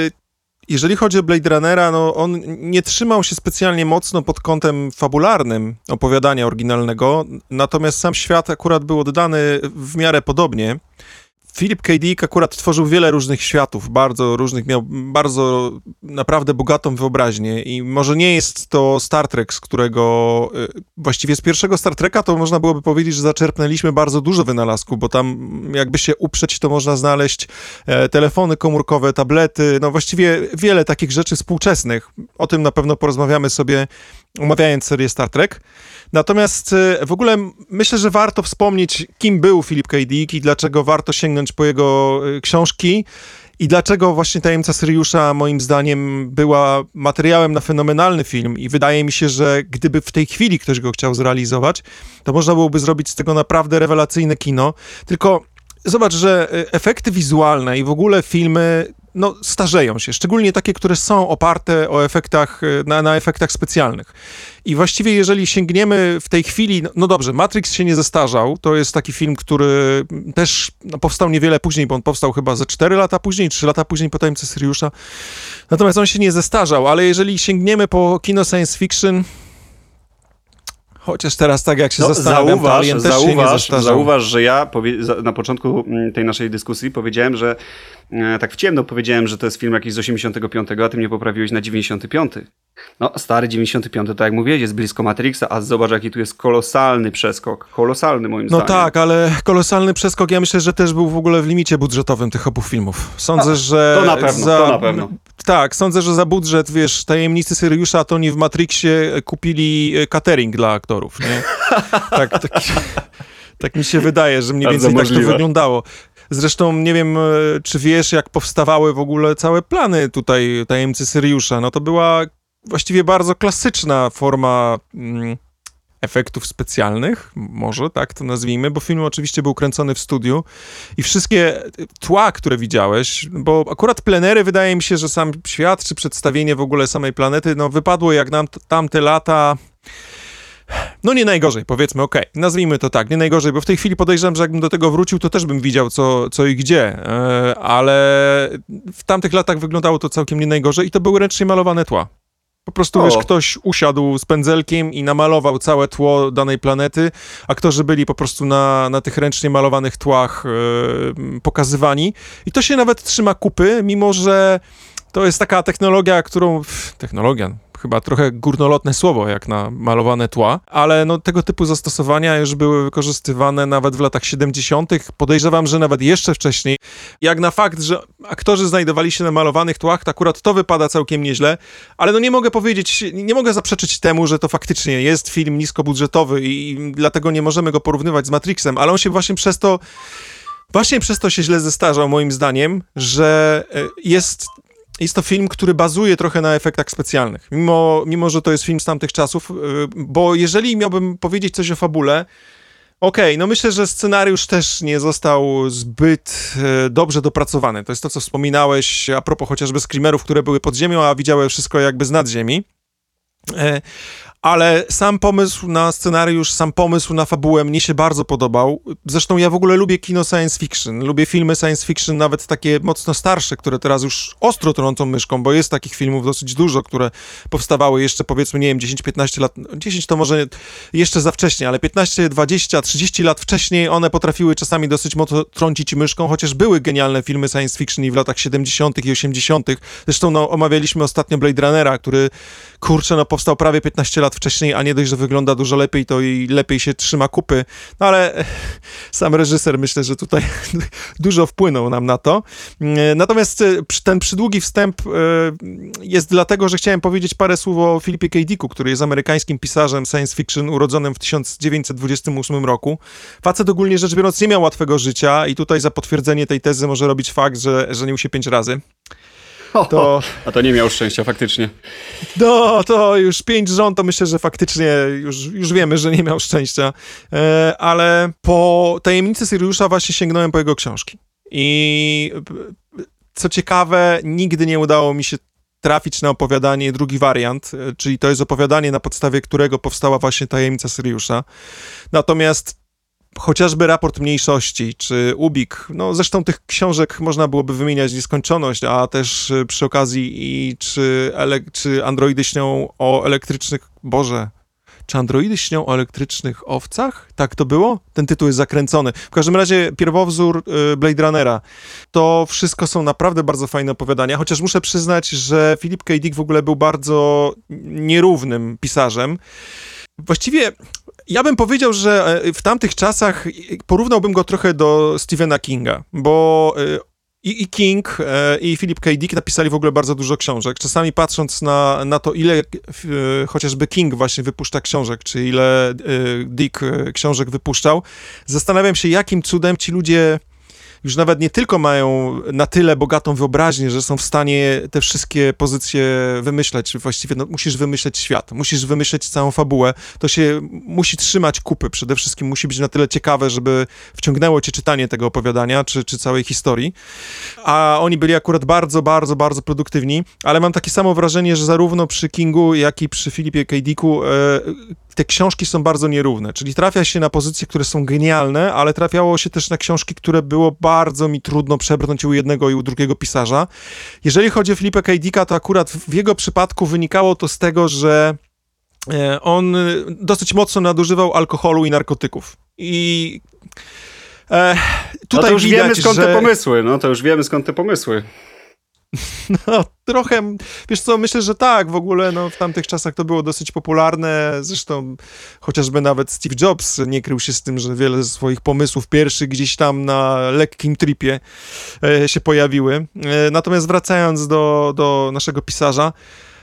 jeżeli chodzi o Blade Runnera, no on nie trzymał się specjalnie mocno pod kątem fabularnym opowiadania oryginalnego, natomiast sam świat akurat był oddany w miarę podobnie. Philip K. Dick akurat tworzył wiele różnych światów, bardzo różnych, miał bardzo naprawdę bogatą wyobraźnię i może nie jest to Star Trek, z którego właściwie z pierwszego Star Treka to można byłoby powiedzieć, że zaczerpnęliśmy bardzo dużo wynalazku, bo tam jakby się uprzeć, to można znaleźć telefony komórkowe, tablety, no właściwie wiele takich rzeczy współczesnych. O tym na pewno porozmawiamy sobie, omawiając serię Star Trek. Natomiast w ogóle myślę, że warto wspomnieć, kim był Philip K. Dick i dlaczego warto sięgnąć po jego książki i dlaczego właśnie Tajemnica Syriusza moim zdaniem była materiałem na fenomenalny film i wydaje mi się, że gdyby w tej chwili ktoś go chciał zrealizować, to można byłoby zrobić z tego naprawdę rewelacyjne kino. Tylko zobacz, że efekty wizualne i w ogóle filmy no, starzeją się, szczególnie takie, które są oparte o efektach, na efektach specjalnych. I właściwie jeżeli sięgniemy w tej chwili, no dobrze, Matrix się nie zestarzał, to jest taki film, który też powstał niewiele później, bo on powstał chyba ze 4 lata później, 3 lata później po Tajemnicy Syriusza, natomiast on się nie zestarzał, ale jeżeli sięgniemy po kino science fiction, chociaż teraz tak jak się zastanawiam, to Alien też się nie zestarzał. Zauważ, że ja na początku tej naszej dyskusji powiedziałem, że tak w ciemno powiedziałem, że to jest film jakiś z 85, a ty mnie poprawiłeś na 95. No, stary 95, tak jak mówiłeś, jest blisko Matrixa, a zobacz, jaki tu jest kolosalny przeskok. Kolosalny moim zdaniem. No tak, ale kolosalny przeskok, ja myślę, że też był w ogóle w limicie budżetowym tych obu filmów. Sądzę, że... To na pewno. Tak, sądzę, że za budżet, wiesz, Tajemnicy Syriusza, to oni w Matrixie kupili catering dla aktorów, nie? Tak mi się wydaje, że mniej więcej tak to wyglądało. Zresztą nie wiem, czy wiesz, jak powstawały w ogóle całe plany tutaj Tajemnicy Syriusza. No to była właściwie bardzo klasyczna forma efektów specjalnych, może tak to nazwijmy, bo film oczywiście był kręcony w studiu i wszystkie tła, które widziałeś, bo akurat plenery, wydaje mi się, że sam świat, czy przedstawienie w ogóle samej planety, no wypadło jak nam tamte lata... No nie najgorzej, powiedzmy, okej, nazwijmy to tak, nie najgorzej, bo w tej chwili podejrzewam, że jakbym do tego wrócił, to też bym widział co i gdzie, ale w tamtych latach wyglądało to całkiem nie najgorzej i to były ręcznie malowane tła. Po prostu, wiesz, ktoś usiadł z pędzelkiem i namalował całe tło danej planety, aktorzy byli po prostu na tych ręcznie malowanych tłach pokazywani i to się nawet trzyma kupy, mimo że to jest taka technologia, którą... Technologia... chyba trochę górnolotne słowo, jak na malowane tła, ale no tego typu zastosowania już były wykorzystywane nawet w latach 70. Podejrzewam, że nawet jeszcze wcześniej. Jak na fakt, że aktorzy znajdowali się na malowanych tłach, to akurat to wypada całkiem nieźle, ale no nie mogę powiedzieć, nie mogę zaprzeczyć temu, że to faktycznie jest film niskobudżetowy i dlatego nie możemy go porównywać z Matrixem, ale on się właśnie przez to się źle zestarzał, moim zdaniem, że jest to film, który bazuje trochę na efektach specjalnych, mimo że to jest film z tamtych czasów, bo jeżeli miałbym powiedzieć coś o fabule, no myślę, że scenariusz też nie został zbyt dobrze dopracowany. To jest to, co wspominałeś a propos chociażby screamerów, które były pod ziemią, a widziały wszystko jakby z nad ziemi. Ale sam pomysł na scenariusz, sam pomysł na fabułę mnie się bardzo podobał. Zresztą ja w ogóle lubię kino science fiction, lubię filmy science fiction, nawet takie mocno starsze, które teraz już ostro trącą myszką, bo jest takich filmów dosyć dużo, które powstawały jeszcze powiedzmy, nie wiem, 10-15 lat, 10 to może jeszcze za wcześnie, ale 15, 20, 30 lat wcześniej one potrafiły czasami dosyć mocno trącić myszką, chociaż były genialne filmy science fiction i w latach 70. i 80. Zresztą omawialiśmy ostatnio Blade Runnera, który, powstał prawie 15 lat wcześniej, a nie dość, że wygląda dużo lepiej, to i lepiej się trzyma kupy. No ale sam reżyser myślę, że tutaj dużo wpłynął nam na to. Natomiast ten przydługi wstęp jest dlatego, że chciałem powiedzieć parę słów o Philipie K. Dicku, który jest amerykańskim pisarzem science fiction urodzonym w 1928 roku. Facet ogólnie rzecz biorąc nie miał łatwego życia i tutaj za potwierdzenie tej tezy może robić fakt, że żenił się 5 razy. A to nie miał szczęścia, faktycznie. No, to już 5 żon, to myślę, że faktycznie już wiemy, że nie miał szczęścia. Ale po Tajemnicy Siriusza właśnie sięgnąłem po jego książki. I co ciekawe, nigdy nie udało mi się trafić na opowiadanie, drugi wariant, czyli to jest opowiadanie, na podstawie którego powstała właśnie Tajemnica Siriusza. Natomiast chociażby Raport Mniejszości, czy Ubik, no zresztą tych książek można byłoby wymieniać nieskończoność, a też przy okazji czy androidy śnią o elektrycznych, czy androidy śnią o elektrycznych owcach? Tak to było? Ten tytuł jest zakręcony. W każdym razie pierwowzór Blade Runnera. To wszystko są naprawdę bardzo fajne opowiadania, chociaż muszę przyznać, że Philip K. Dick w ogóle był bardzo nierównym pisarzem. Właściwie ja bym powiedział, że w tamtych czasach porównałbym go trochę do Stephena Kinga, bo i King, i Philip K. Dick napisali w ogóle bardzo dużo książek. Czasami patrząc na to, ile chociażby King właśnie wypuszcza książek, czy ile Dick książek wypuszczał, zastanawiam się, jakim cudem ci ludzie już nawet nie tylko mają na tyle bogatą wyobraźnię, że są w stanie te wszystkie pozycje wymyśleć. Właściwie musisz wymyśleć świat, musisz wymyśleć całą fabułę. To się musi trzymać kupy. Przede wszystkim musi być na tyle ciekawe, żeby wciągnęło cię czytanie tego opowiadania, czy całej historii. A oni byli akurat bardzo, bardzo, bardzo produktywni, ale mam takie samo wrażenie, że zarówno przy Kingu, jak i przy Philipie K. Dicku te książki są bardzo nierówne, czyli trafia się na pozycje, które są genialne, ale trafiało się też na książki, które było bardzo mi trudno przebrnąć u jednego i u drugiego pisarza. Jeżeli chodzi o Philipa K. Dicka, to akurat w jego przypadku wynikało to z tego, że on dosyć mocno nadużywał alkoholu i narkotyków. I tutaj to już widać, wiemy skąd te pomysły, to już wiemy skąd te pomysły. No, trochę, wiesz co, myślę, że tak, w ogóle w tamtych czasach to było dosyć popularne, zresztą chociażby nawet Steve Jobs nie krył się z tym, że wiele ze swoich pomysłów pierwszych gdzieś tam na lekkim tripie się pojawiły. Natomiast wracając do naszego pisarza,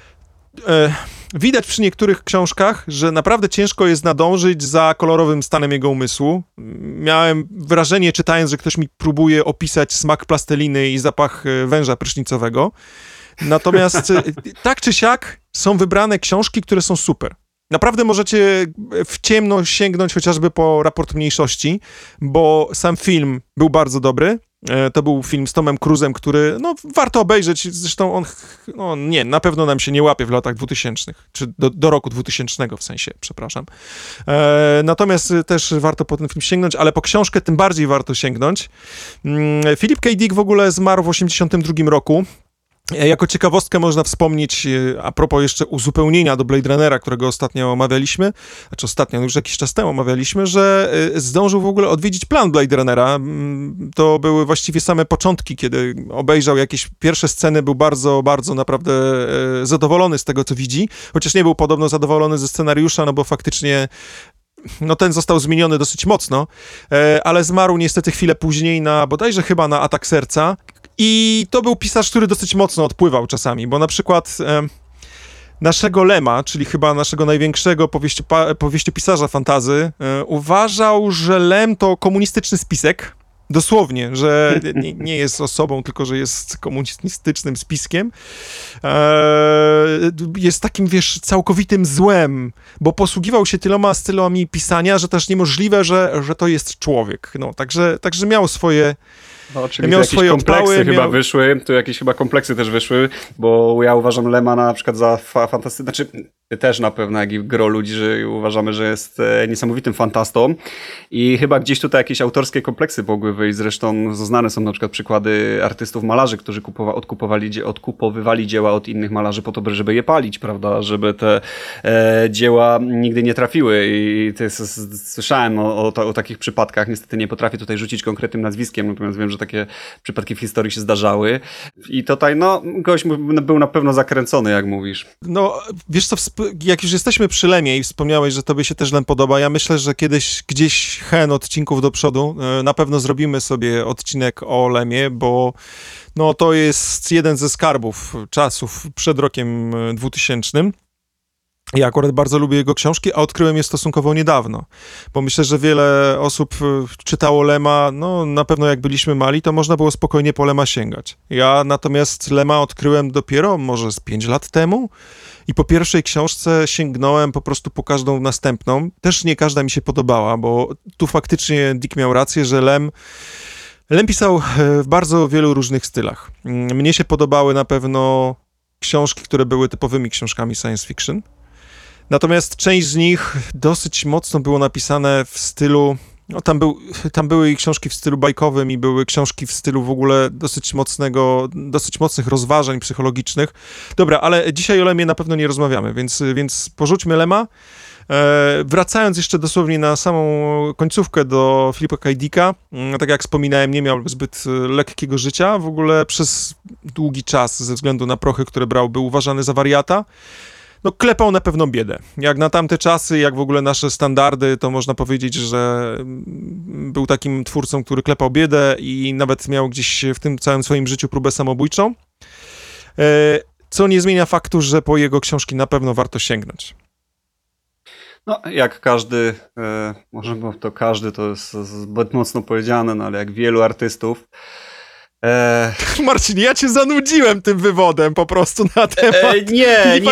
widać przy niektórych książkach, że naprawdę ciężko jest nadążyć za kolorowym stanem jego umysłu. Miałem wrażenie, czytając, że ktoś mi próbuje opisać smak plasteliny i zapach węża prysznicowego. Natomiast tak czy siak są wybrane książki, które są super. Naprawdę możecie w ciemno sięgnąć chociażby po Raport Mniejszości, bo sam film był bardzo dobry. To był film z Tomem Cruise'em, który, warto obejrzeć. Zresztą on na pewno nam się nie łapie w latach 2000, czy do roku 2000 w sensie, przepraszam. Natomiast też warto po ten film sięgnąć, ale po książkę tym bardziej warto sięgnąć. Philip K. Dick w ogóle zmarł w 1982 roku. Jako ciekawostkę można wspomnieć, a propos jeszcze uzupełnienia do Blade Runnera, którego ostatnio omawialiśmy, znaczy ostatnio, już jakiś czas temu omawialiśmy, że zdążył w ogóle odwiedzić plan Blade Runnera. To były właściwie same początki, kiedy obejrzał jakieś pierwsze sceny, był bardzo, bardzo naprawdę zadowolony z tego, co widzi, chociaż nie był podobno zadowolony ze scenariusza, no bo faktycznie no ten został zmieniony dosyć mocno, ale zmarł niestety chwilę później bodajże chyba na atak serca. I to był pisarz, który dosyć mocno odpływał czasami, bo na przykład naszego Lema, czyli chyba naszego największego powieściopisarza fantasy, uważał, że Lem to komunistyczny spisek, dosłownie, że nie jest osobą, tylko że jest komunistycznym spiskiem. Jest takim, wiesz, całkowitym złem, bo posługiwał się tyloma stylami pisania, że też niemożliwe, że to jest człowiek. No, także miał swoje... No, czyli miał swoje kompleksy chyba wyszły, tu jakieś chyba kompleksy też wyszły, bo ja uważam Lema na przykład za fantastyczny, znaczy ty też na pewno, jak i gro ludzi, że uważamy, że jest niesamowitym fantastą i chyba gdzieś tutaj jakieś autorskie kompleksy mogły wyjść, zresztą znane są na przykład przykłady artystów, malarzy, którzy odkupowywali dzieła od innych malarzy po to, żeby je palić, prawda, żeby te dzieła nigdy nie trafiły i słyszałem o takich przypadkach, niestety nie potrafię tutaj rzucić konkretnym nazwiskiem, natomiast wiem, że takie przypadki w historii się zdarzały i tutaj no gość był na pewno zakręcony, jak mówisz. No, wiesz co, jak już jesteśmy przy Lemie i wspomniałeś, że tobie się też Lem podoba, ja myślę, że kiedyś gdzieś odcinków do przodu na pewno zrobimy sobie odcinek o Lemie, bo no to jest jeden ze skarbów czasów przed rokiem 2000. Ja akurat bardzo lubię jego książki, a odkryłem je stosunkowo niedawno, bo myślę, że wiele osób czytało Lema, no na pewno jak byliśmy mali, to można było spokojnie po Lema sięgać. Ja natomiast Lema odkryłem dopiero może z 5 lat temu i po pierwszej książce sięgnąłem po prostu po każdą następną. Też nie każda mi się podobała, bo tu faktycznie Dick miał rację, że Lem pisał w bardzo wielu różnych stylach. Mnie się podobały na pewno książki, które były typowymi książkami science fiction. Natomiast część z nich dosyć mocno było napisane w stylu, no tam były i książki w stylu bajkowym i były książki w stylu w ogóle dosyć mocnych rozważań psychologicznych. Dobra, ale dzisiaj o Lemie na pewno nie rozmawiamy, więc porzućmy Lema. Wracając jeszcze dosłownie na samą końcówkę do Philippa K. Dicka, tak jak wspominałem, nie miał zbyt lekkiego życia, w ogóle przez długi czas ze względu na prochy, które brał, był uważany za wariata. No klepał na pewno biedę. Jak na tamte czasy, jak w ogóle nasze standardy, to można powiedzieć, że był takim twórcą, który klepał biedę i nawet miał gdzieś w tym całym swoim życiu próbę samobójczą. Co nie zmienia faktu, że po jego książki na pewno warto sięgnąć. No, jak każdy, może bo to każdy to jest zbyt mocno powiedziane, no ale jak wielu artystów, Marcin, ja cię zanudziłem tym wywodem po prostu na temat. Nie.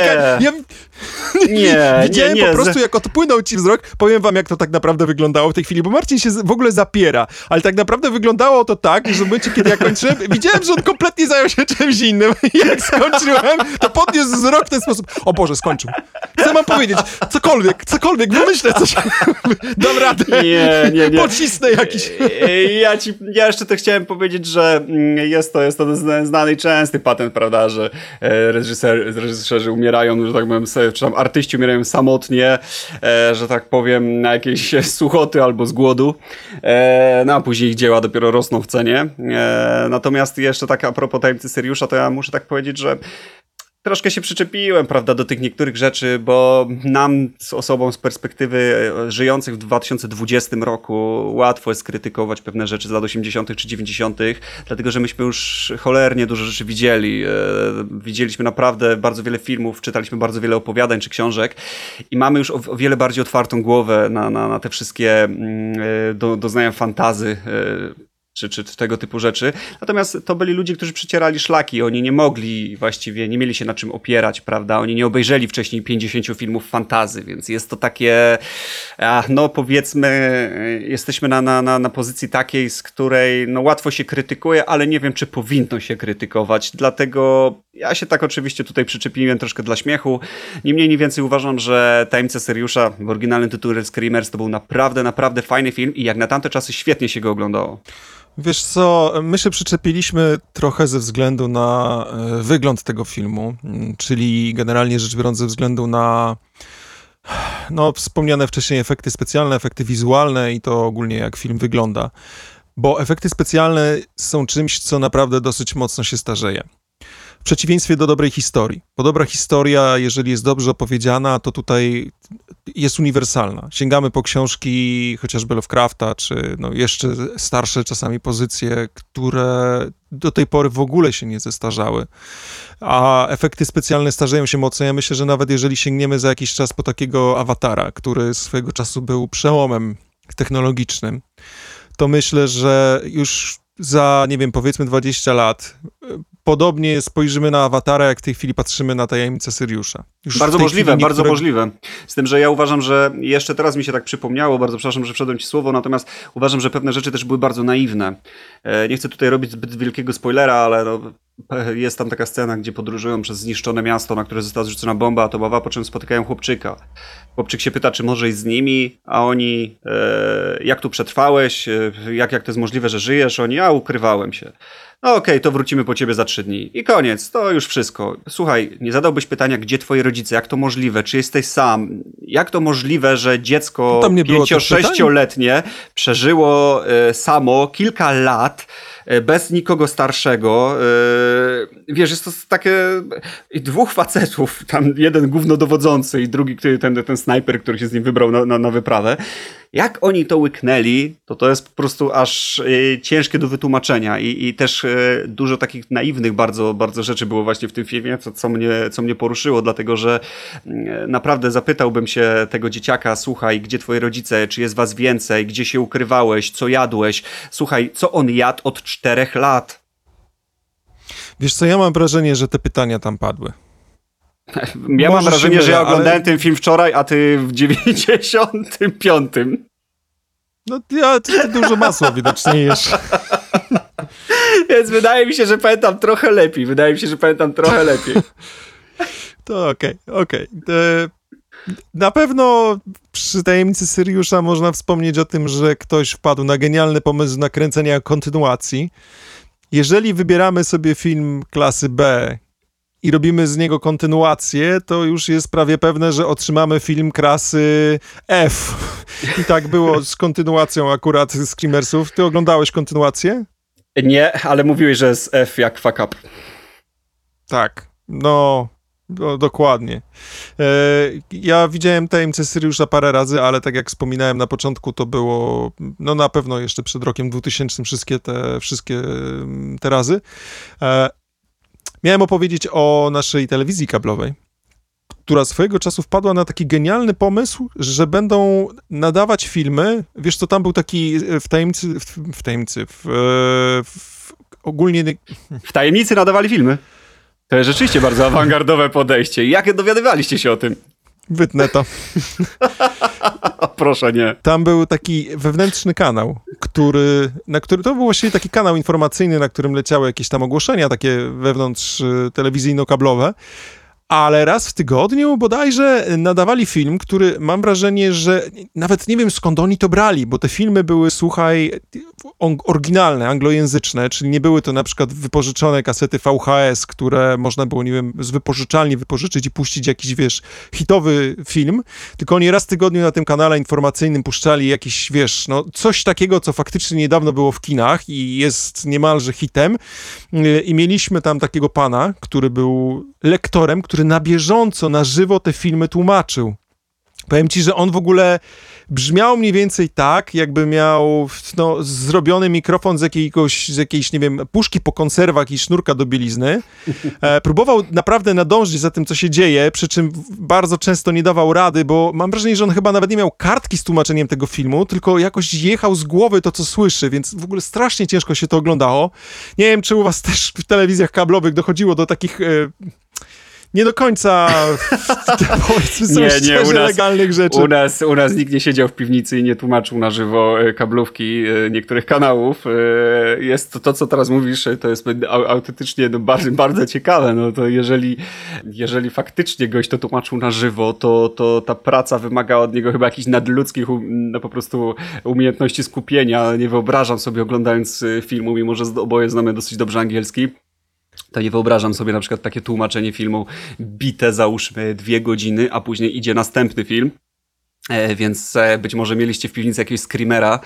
Widziałem po prostu, jak odpłynął ci wzrok. Powiem wam, jak to tak naprawdę wyglądało w tej chwili, bo Marcin się w ogóle zapiera, ale tak naprawdę wyglądało to tak, że w momencie, kiedy ja kończyłem, widziałem, że on kompletnie zajął się czymś innym. I jak skończyłem, to podniósł wzrok w ten sposób. O Boże, skończył. Co mam powiedzieć? Cokolwiek, wymyślę coś. Dam radę. Nie. Pocisnę jakiś. Ja jeszcze to chciałem powiedzieć, że jest to znany i częsty patent, prawda, że reżyserzy umierają, że tak powiem, czy tam artyści umierają samotnie, że tak powiem, na jakieś suchoty albo z głodu, no a później ich dzieła dopiero rosną w cenie. Natomiast jeszcze tak a propos Tajemnicy Syriusza, to ja muszę tak powiedzieć, że troszkę się przyczepiłem, prawda, do tych niektórych rzeczy, bo nam, z osobą z perspektywy żyjących w 2020 roku, łatwo jest krytykować pewne rzeczy z lat 80. czy 90., dlatego że myśmy już cholernie dużo rzeczy widzieli. Widzieliśmy naprawdę bardzo wiele filmów, czytaliśmy bardzo wiele opowiadań czy książek i mamy już o wiele bardziej otwartą głowę na te wszystkie doznania fantazy, czy tego typu rzeczy. Natomiast to byli ludzie, którzy przecierali szlaki. Oni nie mogli właściwie, nie mieli się na czym opierać, prawda? Oni nie obejrzeli wcześniej 50 filmów fantazy, więc jest to takie, no powiedzmy, jesteśmy na pozycji takiej, z której no łatwo się krytykuje, ale nie wiem, czy powinno się krytykować. Dlatego ja się tak oczywiście tutaj przyczepiłem troszkę dla śmiechu. Ni mniej, ni więcej uważam, że Tajemnica Syriusza w oryginalnym tytule Screamers to był naprawdę fajny film i jak na tamte czasy świetnie się go oglądało. Wiesz co, my się przyczepiliśmy trochę ze względu na wygląd tego filmu, czyli generalnie rzecz biorąc ze względu na wspomniane wcześniej efekty specjalne, efekty wizualne i to ogólnie jak film wygląda. Bo efekty specjalne są czymś, co naprawdę dosyć mocno się starzeje. W przeciwieństwie do dobrej historii. Bo dobra historia, jeżeli jest dobrze opowiedziana, to tutaj jest uniwersalna. Sięgamy po książki chociażby Lovecrafta, czy jeszcze starsze czasami pozycje, które do tej pory w ogóle się nie zestarzały. A efekty specjalne starzeją się mocno. Ja myślę, że nawet jeżeli sięgniemy za jakiś czas po takiego Awatara, który swojego czasu był przełomem technologicznym, to myślę, że już za, nie wiem, powiedzmy 20 lat podobnie spojrzymy na Awatara, jak w tej chwili patrzymy na Tajemnicę Syriusza. Bardzo możliwe, bardzo możliwe. Z tym, że ja uważam, że jeszcze teraz mi się tak przypomniało, bardzo przepraszam, że wszedłem ci słowo, natomiast uważam, że pewne rzeczy też były bardzo naiwne. Nie chcę tutaj robić zbyt wielkiego spoilera, ale jest tam taka scena, gdzie podróżują przez zniszczone miasto, na które została zrzucona bomba atomowa, po czym spotykają chłopczyka. Chłopczyk się pyta, czy może iść z nimi, a oni, jak tu przetrwałeś, jak to jest możliwe, że żyjesz? Oni, ukrywałem się. No okej, to wrócimy po ciebie za 3 dni. I koniec, to już wszystko. Słuchaj, nie zadałbyś pytania, gdzie twoi rodzice, jak to możliwe, czy jesteś sam? Jak to możliwe, że dziecko 5-6-letnie przeżyło samo kilka lat bez nikogo starszego? Wiesz, jest to takie 2 facetów, tam jeden głównodowodzący i drugi, ten snajper, który się z nim wybrał na wyprawę. Jak oni to łyknęli, to jest po prostu aż ciężkie do wytłumaczenia i też dużo takich naiwnych bardzo, bardzo rzeczy było właśnie w tym filmie, co mnie poruszyło, dlatego że naprawdę zapytałbym się tego dzieciaka, słuchaj, gdzie twoi rodzice, czy jest was więcej, gdzie się ukrywałeś, co jadłeś, słuchaj, co on jadł od 4 lat. Wiesz co, ja mam wrażenie, że te pytania tam padły. Ja mam wrażenie, że ja oglądałem ten film wczoraj, a ty w 95. No ty dużo masła widocznie jesz. Więc wydaje mi się, że pamiętam trochę lepiej. To okej. Na pewno przy Tajemnicy Syriusza można wspomnieć o tym, że ktoś wpadł na genialny pomysł nakręcenia kontynuacji. Jeżeli wybieramy sobie film klasy B i robimy z niego kontynuację, to już jest prawie pewne, że otrzymamy film klasy F. I tak było z kontynuacją akurat Screamersów. Ty oglądałeś kontynuację? Nie, ale mówiłeś, że jest F jak fuck up. Tak, dokładnie. Ja widziałem Tajemnicę Syriusza parę razy, ale tak jak wspominałem na początku, to było na pewno jeszcze przed rokiem 2000 wszystkie te razy. Miałem opowiedzieć o naszej telewizji kablowej, która swojego czasu wpadła na taki genialny pomysł, że będą nadawać filmy. Wiesz co, tam był taki ogólnie... W Tajemnicy nadawali filmy. To jest rzeczywiście bardzo awangardowe podejście. Jak dowiadywaliście się o tym? Wytnę to. Proszę, nie. Tam był taki wewnętrzny kanał, to był właściwie taki kanał informacyjny, na którym leciały jakieś tam ogłoszenia, takie wewnątrz telewizyjno-kablowe, ale raz w tygodniu bodajże nadawali film, który mam wrażenie, że nawet nie wiem skąd oni to brali, bo te filmy były, słuchaj, oryginalne, anglojęzyczne, czyli nie były to na przykład wypożyczone kasety VHS, które można było, nie wiem, z wypożyczalni wypożyczyć i puścić jakiś, wiesz, hitowy film, tylko oni raz w tygodniu na tym kanale informacyjnym puszczali jakiś, wiesz, coś takiego, co faktycznie niedawno było w kinach i jest niemalże hitem i mieliśmy tam takiego pana, który był lektorem, który na bieżąco, na żywo te filmy tłumaczył. Powiem ci, że on w ogóle brzmiał mniej więcej tak, jakby miał zrobiony mikrofon z jakiejś, nie wiem, puszki po konserwach i sznurka do bielizny. Próbował naprawdę nadążyć za tym, co się dzieje, przy czym bardzo często nie dawał rady, bo mam wrażenie, że on chyba nawet nie miał kartki z tłumaczeniem tego filmu, tylko jakoś jechał z głowy to, co słyszy, więc w ogóle strasznie ciężko się to oglądało. Nie wiem, czy u was też w telewizjach kablowych dochodziło do takich... nie do końca powiedzmy sobie szczerze, legalnych rzeczy. U nas nikt nie siedział w piwnicy i nie tłumaczył na żywo kablówki niektórych kanałów. Jest to, co teraz mówisz, to jest autentycznie bardzo, bardzo ciekawe. No to jeżeli faktycznie gość to tłumaczył na żywo, to ta praca wymaga od niego chyba jakichś nadludzkich po prostu umiejętności skupienia. Nie wyobrażam sobie, oglądając filmu, mimo że oboje znamy dosyć dobrze angielski, to nie wyobrażam sobie na przykład takie tłumaczenie filmu bite załóżmy 2 godziny, a później idzie następny film. Więc być może mieliście w piwnicy jakiegoś screamera,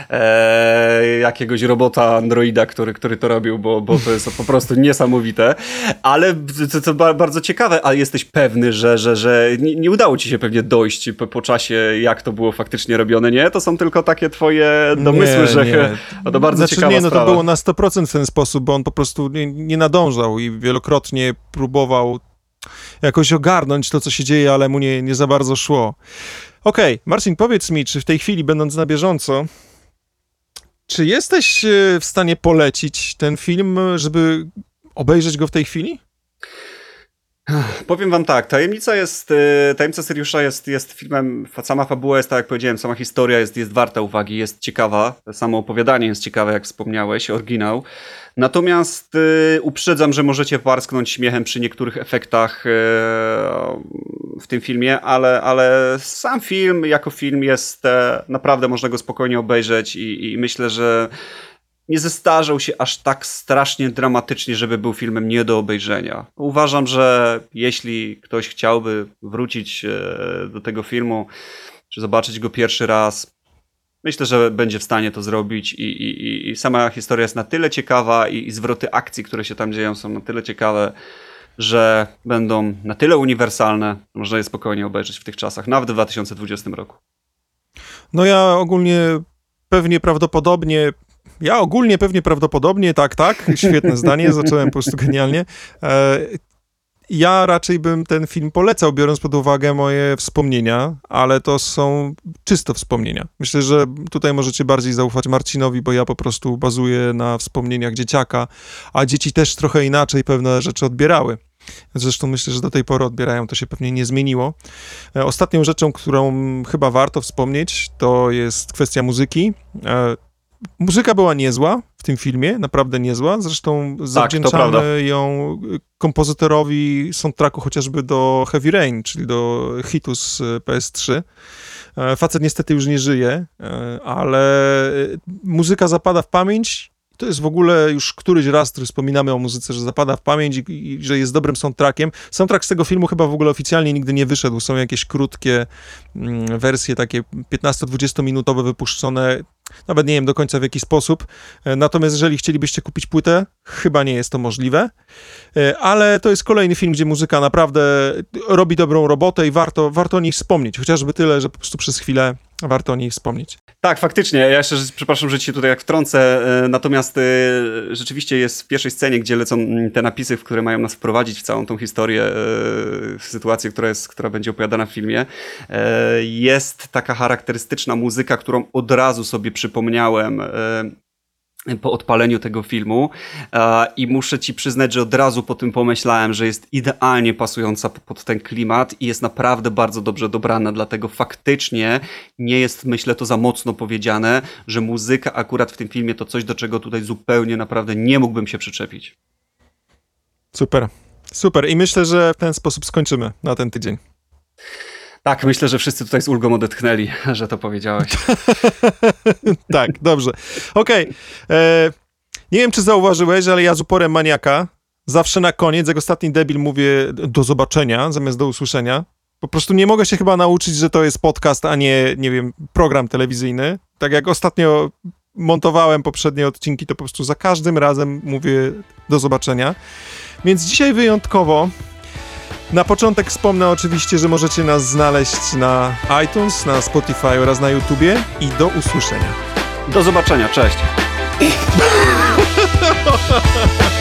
jakiegoś robota androida, który to robił, bo to jest po prostu niesamowite. Ale to bardzo ciekawe, a jesteś pewny, że nie udało ci się pewnie dojść po czasie, jak to było faktycznie robione, nie? To są tylko takie twoje domysły, że to bardzo ciekawa sprawa. To było na 100% w ten sposób, bo on po prostu nie nadążał i wielokrotnie próbował jakoś ogarnąć to, co się dzieje, ale mu nie za bardzo szło. Okej, Marcin, powiedz mi, czy w tej chwili, będąc na bieżąco, czy jesteś w stanie polecić ten film, żeby obejrzeć go w tej chwili? Powiem wam tak, Tajemnica Syriusza jest filmem, sama fabuła jest, tak jak powiedziałem, sama historia jest warta uwagi, jest ciekawa, samo opowiadanie jest ciekawe, jak wspomniałeś, oryginał. Natomiast uprzedzam, że możecie parsknąć śmiechem przy niektórych efektach w tym filmie, ale sam film jako film jest naprawdę, można go spokojnie obejrzeć i myślę, że nie zestarzał się aż tak strasznie dramatycznie, żeby był filmem nie do obejrzenia. Uważam, że jeśli ktoś chciałby wrócić do tego filmu, czy zobaczyć go pierwszy raz, myślę, że będzie w stanie to zrobić i sama historia jest na tyle ciekawa i zwroty akcji, które się tam dzieją, są na tyle ciekawe, że będą na tyle uniwersalne, można je spokojnie obejrzeć w tych czasach, nawet w 2020 roku. No ja ogólnie pewnie prawdopodobnie, tak, świetne zdanie, zacząłem po prostu genialnie. Ja raczej bym ten film polecał, biorąc pod uwagę moje wspomnienia, ale to są czysto wspomnienia. Myślę, że tutaj możecie bardziej zaufać Marcinowi, bo ja po prostu bazuję na wspomnieniach dzieciaka, a dzieci też trochę inaczej pewne rzeczy odbierały. Zresztą myślę, że do tej pory odbierają, to się pewnie nie zmieniło. Ostatnią rzeczą, którą chyba warto wspomnieć, to jest kwestia muzyki. Muzyka była niezła w tym filmie, naprawdę niezła. Zresztą zawdzięczamy ją kompozytorowi soundtracku chociażby do Heavy Rain, czyli do hitu z PS3. Facet niestety już nie żyje, ale muzyka zapada w pamięć. To jest w ogóle już któryś raz, który wspominamy o muzyce, że zapada w pamięć i że jest dobrym soundtrackiem. Soundtrack z tego filmu chyba w ogóle oficjalnie nigdy nie wyszedł. Są jakieś krótkie wersje, takie 15-20 minutowe wypuszczone. Nawet nie wiem do końca w jaki sposób. Natomiast jeżeli chcielibyście kupić płytę, chyba nie jest to możliwe. Ale to jest kolejny film, gdzie muzyka naprawdę robi dobrą robotę i warto o niej wspomnieć. Chociażby tyle, że po prostu przez chwilę warto o niej wspomnieć. Tak, faktycznie. Ja jeszcze, przepraszam, że ci tutaj jak wtrącę, natomiast rzeczywiście jest w pierwszej scenie, gdzie lecą te napisy, które mają nas wprowadzić w całą tą historię, sytuację, która będzie opowiadana w filmie. Jest taka charakterystyczna muzyka, którą od razu sobie przypomniałem po odpaleniu tego filmu i muszę ci przyznać, że od razu po tym pomyślałem, że jest idealnie pasująca pod ten klimat i jest naprawdę bardzo dobrze dobrana, dlatego faktycznie nie jest, myślę, to za mocno powiedziane, że muzyka akurat w tym filmie to coś, do czego tutaj zupełnie naprawdę nie mógłbym się przyczepić. Super i myślę, że w ten sposób skończymy na ten tydzień. Tak, myślę, że wszyscy tutaj z ulgą odetchnęli, że to powiedziałeś. Tak, dobrze. Okej. Nie wiem, czy zauważyłeś, ale ja z uporem maniaka zawsze na koniec, jak ostatni debil, mówię do zobaczenia zamiast do usłyszenia. Po prostu nie mogę się chyba nauczyć, że to jest podcast, a nie wiem, program telewizyjny. Tak jak ostatnio montowałem poprzednie odcinki, to po prostu za każdym razem mówię do zobaczenia. Więc dzisiaj wyjątkowo na początek wspomnę oczywiście, że możecie nas znaleźć na iTunes, na Spotify oraz na YouTubie i do usłyszenia. Do zobaczenia, cześć.